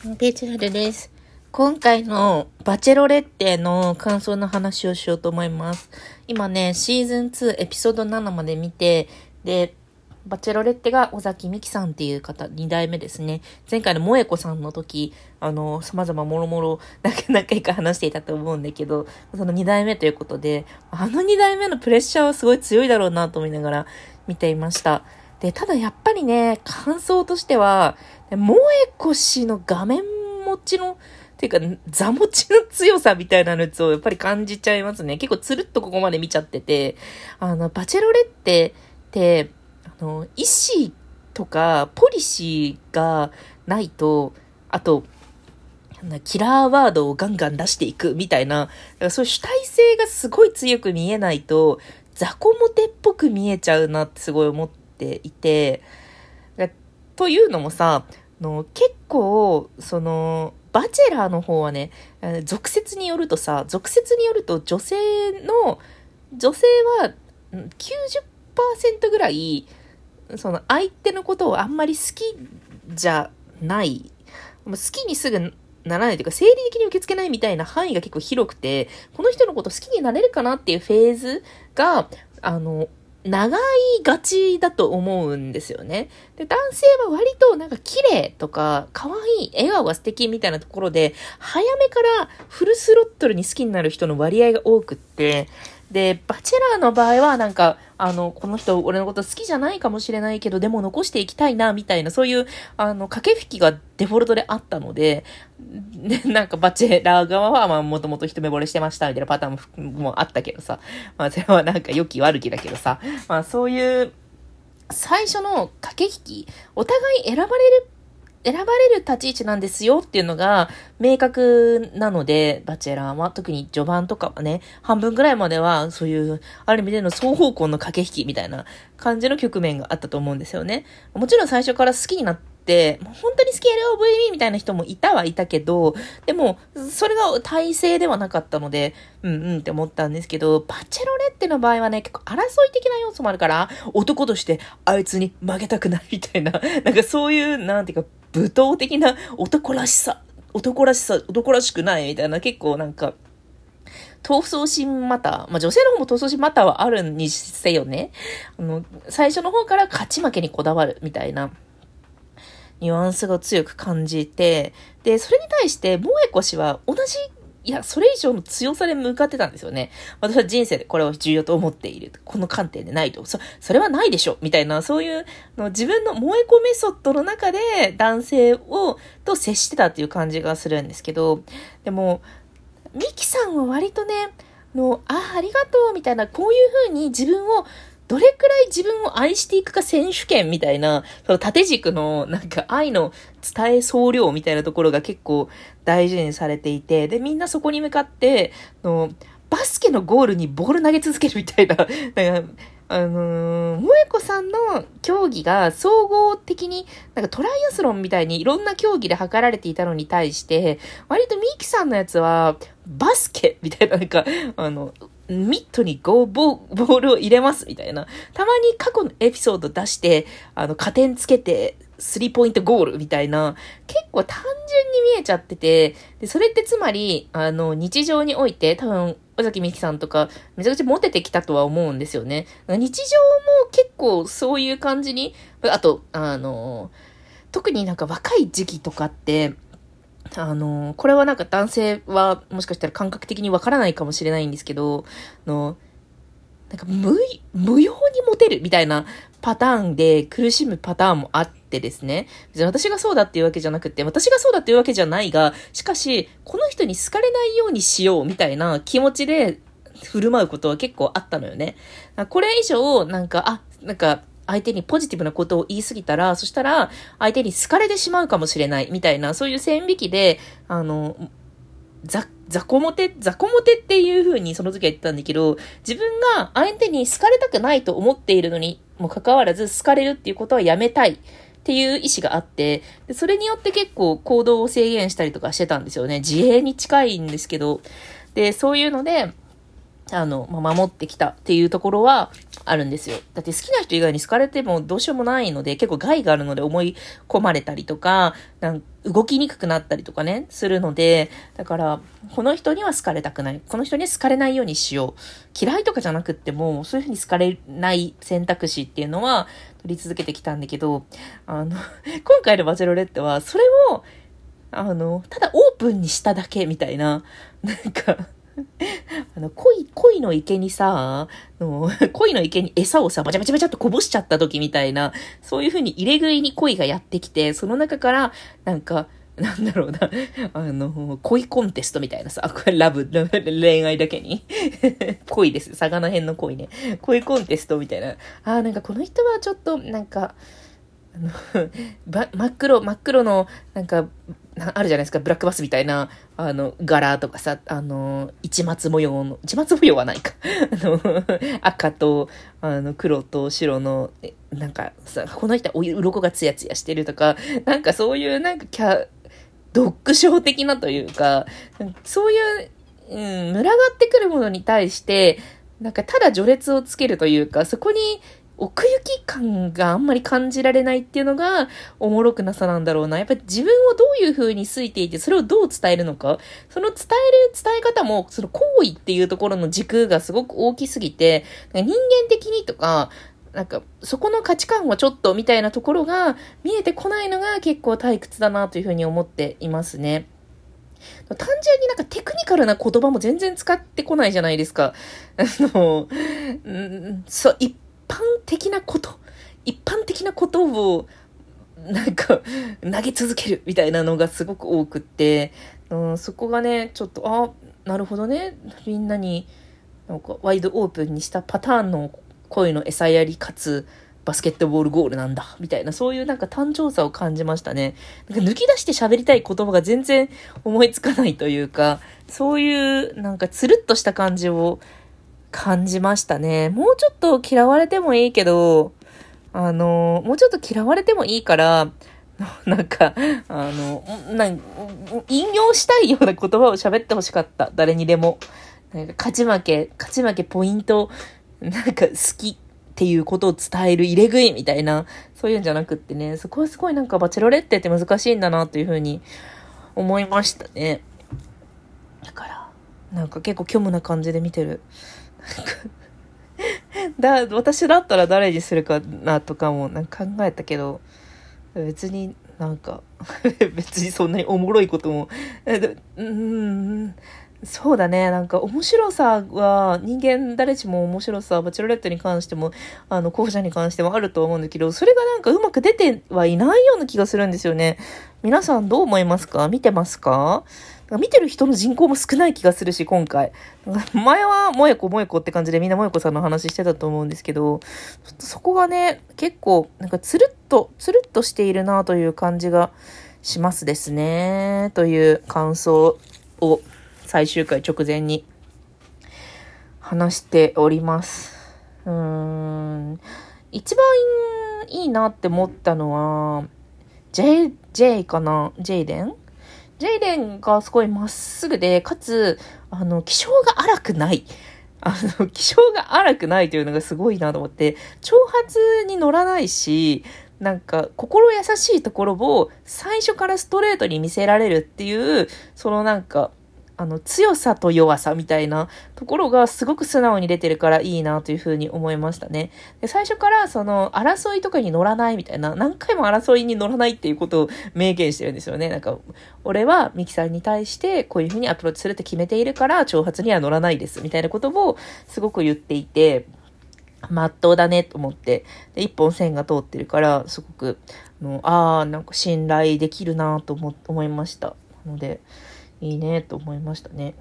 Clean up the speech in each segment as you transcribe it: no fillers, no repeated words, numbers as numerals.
ペーチェルです。今回のバチェロレッテの感想の話をしようと思います。今ね、シーズン2エピソード7まで見て、で、バチェロレッテが尾崎美紀さんっていう方、2代目ですね。前回の萌子さんの時、様々もろもろ何回か話していたと思うんだけど、その2代目ということで、2代目のプレッシャーはすごい強いだろうなと思いながら見ていました。で、ただやっぱりね、感想としては、萌子氏の画面持ちの、っていうか、座持ちの強さみたいなやつをやっぱり感じちゃいますね。結構つるっとここまで見ちゃってて、バチェロレッテって、意思とか、ポリシーがないと、あと、キラーワードをガンガン出していくみたいな、だからそういう主体性がすごい強く見えないと、雑魚モテっぽく見えちゃうなってすごい思っていて、というのもさ、結構、バチェラーの方はね、俗説によると女性は90%ぐらい、相手のことをあんまり好きじゃない、好きにすぐならないというか、生理的に受け付けないみたいな範囲が結構広くて、この人のこと好きになれるかなっていうフェーズが、長いがちだと思うんですよね。で、男性は割と綺麗とか可愛い、笑顔が素敵みたいなところで、早めからフルスロットルに好きになる人の割合が多くって、で、バチェラーの場合はこの人俺のこと好きじゃないかもしれないけど、でも残していきたいな、みたいな、そういう、駆け引きがデフォルトであったので、バチェラー側は、もともと一目惚れしてました、みたいなパターンもあったけどさ、それは良き悪きだけどさ、そういう、最初の駆け引き、お互い選ばれる立ち位置なんですよっていうのが明確なので、バチェラーは特に序盤とかはね、半分ぐらいまではそういう、ある意味での双方向の駆け引きみたいな感じの局面があったと思うんですよね。もちろん最初から好きになって、本当に好き LOVE みたいな人もいたけど、でも、それが体制ではなかったので、って思ったんですけど、バチェロレッテの場合はね、結構争い的な要素もあるから、男としてあいつに負けたくないみたいな、そういう、武闘的な男らしくないみたいな、結構闘争心また、女性の方も闘争心またはあるにせよね。最初の方から勝ち負けにこだわるみたいなニュアンスが強く感じて、で、それに対して萌子氏はそれ以上の強さで向かってたんですよね。私は人生でこれを重要と思っている。この観点でないと。それはないでしょみたいな、そういう自分の萌子メソッドの中で男性と接してたっていう感じがするんですけど、でも、ミキさんは割とね、ありがとうみたいな、こういう風にどれくらい自分を愛していくか選手権みたいな、その縦軸の愛の伝え総量みたいなところが結構大事にされていて、で、みんなそこに向かって、バスケのゴールにボール投げ続けるみたいな、萌子さんの競技が総合的に、トライアスロンみたいにいろんな競技で測られていたのに対して、割とミキさんのやつは、バスケみたいな、ミットにボールを入れますみたいな。たまに過去のエピソード出して、加点つけて、スリーポイントゴールみたいな、結構単純に見えちゃってて、で、それってつまり、日常において、多分、尾崎美紀さんとか、めちゃくちゃモテてきたとは思うんですよね。日常も結構そういう感じに、あと、特に若い時期とかって、これは男性はもしかしたら感覚的にわからないかもしれないんですけど、無用にモテるみたいなパターンで苦しむパターンもあってですね。別に私がそうだっていうわけじゃなくて、私がそうだっていうわけじゃないが、しかし、この人に好かれないようにしようみたいな気持ちで振る舞うことは結構あったのよね。これ以上、相手にポジティブなことを言い過ぎたら、そしたら相手に好かれてしまうかもしれないみたいな、そういう線引きで、雑魚モテっていう風にその時は言ったんだけど、自分が相手に好かれたくないと思っているのにもかかわらず好かれるっていうことはやめたいっていう意思があって、でそれによって結構行動を制限したりとかしてたんですよね。自衛に近いんですけど。で、そういうので、 守ってきたっていうところはあるんですよ。だって好きな人以外に好かれてもどうしようもないので、結構害があるので思い込まれたりとか、動きにくくなったりとかね、するので、だから、この人には好かれたくない。この人には好かれないようにしよう。嫌いとかじゃなくっても、そういうふうに好かれない選択肢っていうのは取り続けてきたんだけど、今回のバチェロレッテは、それを、ただオープンにしただけみたいな、恋の池にさ、恋の池に餌をさ、バチャバチャバチャっとこぼしちゃった時みたいな、そういう風に入れ食いに恋がやってきて、その中から、恋コンテストみたいなさ、これ恋愛だけに。恋です。魚編の恋ね。恋コンテストみたいな。この人はちょっと、真っ黒の、あるじゃないですか、ブラックバスみたいな、柄とかさ、市松模様はないか。赤と、黒と白の、さ、この人は鱗がツヤツヤしてるとか、そういう、ドッグショー的なというか、そういう、群がってくるものに対して、ただ序列をつけるというか、そこに、奥行き感があんまり感じられないっていうのがおもろくなさなんだろうな。やっぱり自分をどういう風に好いていて、それをどう伝えるのか。その伝え方も、その行為っていうところの軸がすごく大きすぎて、人間的にとか、そこの価値観はちょっとみたいなところが見えてこないのが結構退屈だなという風に思っていますね。単純にテクニカルな言葉も全然使ってこないじゃないですか。一般的なことを、投げ続けるみたいなのがすごく多くって、そこがね、ちょっと、なるほどね。みんなに、ワイドオープンにしたパターンの恋の餌やりかつ、バスケットボールゴールなんだ、みたいな、そういう単調さを感じましたね。抜き出して喋りたい言葉が全然思いつかないというか、そういう、つるっとした感じを、感じましたね。もうちょっと嫌われてもいいけど、もうちょっと嫌われてもいいから、引用したいような言葉を喋ってほしかった。誰にでも。勝ち負けポイント、好きっていうことを伝える入れ食いみたいな、そういうんじゃなくってね、そこはすごいバチェロレッテって難しいんだなというふうに思いましたね。だから、結構虚無な感じで見てる。私だったら誰にするかなとかも考えたけど、別に別にそんなにおもろいことも、そうだね。面白さは、人間誰しも面白さ、バチェロレッテに関しても、候補者に関してもあると思うんだけど、それがうまく出てはいないような気がするんですよね。皆さんどう思いますか？見てますか？見てる人の人口も少ない気がするし、今回。前は、もえこって感じでみんなもえこさんの話してたと思うんですけど、そこがね、結構、つるっとしているなという感じがしますですね。という感想を最終回直前に話しております。一番いいなって思ったのは、ジェイデンがすごいまっすぐで、かつ、気性が荒くない。気性が荒くないというのがすごいなと思って、挑発に乗らないし、心優しいところを最初からストレートに見せられるっていう、その強さと弱さみたいなところがすごく素直に出てるからいいなというふうに思いましたね。で、最初から争いとかに乗らないみたいな、何回も争いに乗らないっていうことを明言してるんですよね。俺はミキさんに対してこういうふうにアプローチするって決めているから挑発には乗らないですみたいなことをすごく言っていて、まっとうだねと思って、で、一本線が通ってるから、すごく、信頼できるなと思いました。ので、いいねと思いましたね。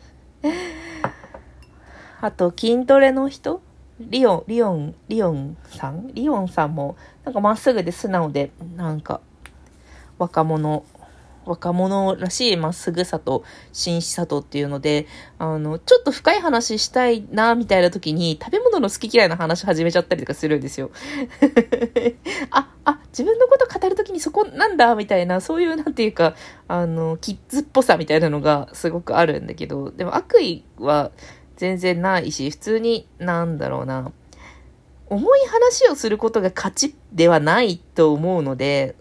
あと、筋トレの人リオンさんも、まっすぐで素直で、若者らしいまっすぐさと紳士さとっていうので、ちょっと深い話したいな、みたいな時に、食べ物の好き嫌いの話始めちゃったりとかするんですよ。自分のこと語る時にそこなんだ、みたいな、そういうキッズっぽさみたいなのがすごくあるんだけど、でも悪意は全然ないし、普通に、なんだろうな、重い話をすることが勝ちではないと思うので、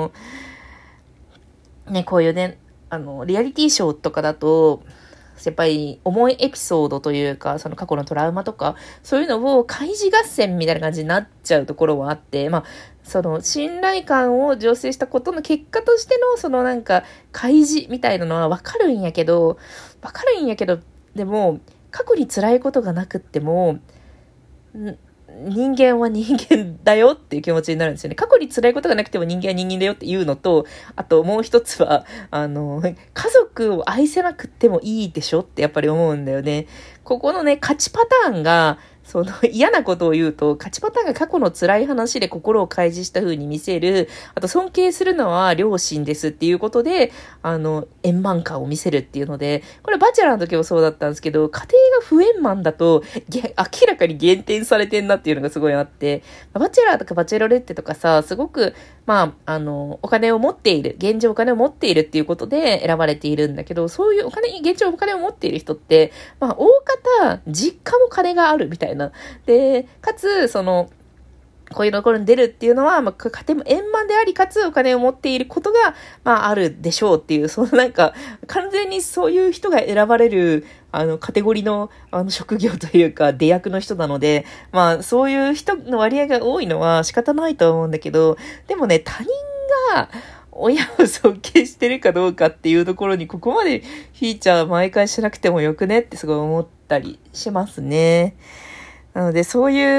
ね、こういうね、リアリティショーとかだと、やっぱり重いエピソードというか、その過去のトラウマとか、そういうのを開示合戦みたいな感じになっちゃうところはあって、まあ、その信頼感を醸成したことの結果としての、開示みたいなのはわかるんやけど、でも、過去に辛いことがなくっても、人間は人間だよっていう気持ちになるんですよね。過去に辛いことがなくても人間は人間だよっていうのと、あともう一つは、家族を愛せなくてもいいでしょってやっぱり思うんだよね。ここのね、勝ちパターンが、嫌なことを言うと、勝ちパターンが過去の辛い話で心を開示した風に見せる、あと尊敬するのは両親ですっていうことで、円満感を見せるっていうので、これバチェラーの時もそうだったんですけど、家庭が不円満だと、明らかに減点されてんなっていうのがすごいあって、バチェラーとかバチェロレッテとかさ、すごく、お金を持っている、現状お金を持っているっていうことで選ばれているんだけど、そういう現状お金を持っている人って、大方、実家も金があるみたいな。で、かつ、こういうところに出るっていうのは、家庭も円満であり、かつお金を持っていることが、あるでしょうっていう、完全にそういう人が選ばれる、カテゴリーの、職業というか、出役の人なので、そういう人の割合が多いのは仕方ないと思うんだけど、でもね、他人が、親を尊敬してるかどうかっていうところに、ここまでフィーチャー毎回しなくてもよくねってすごい思ったりしますね。なので、そういう、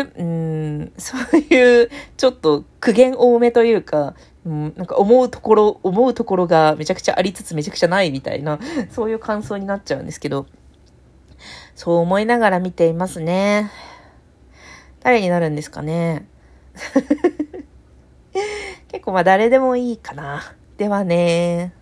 ちょっと苦言多めというか、なんか思うところがめちゃくちゃありつつめちゃくちゃないみたいな、そういう感想になっちゃうんですけど、そう思いながら見ていますね。誰になるんですかね。結構誰でもいいかな。ではね。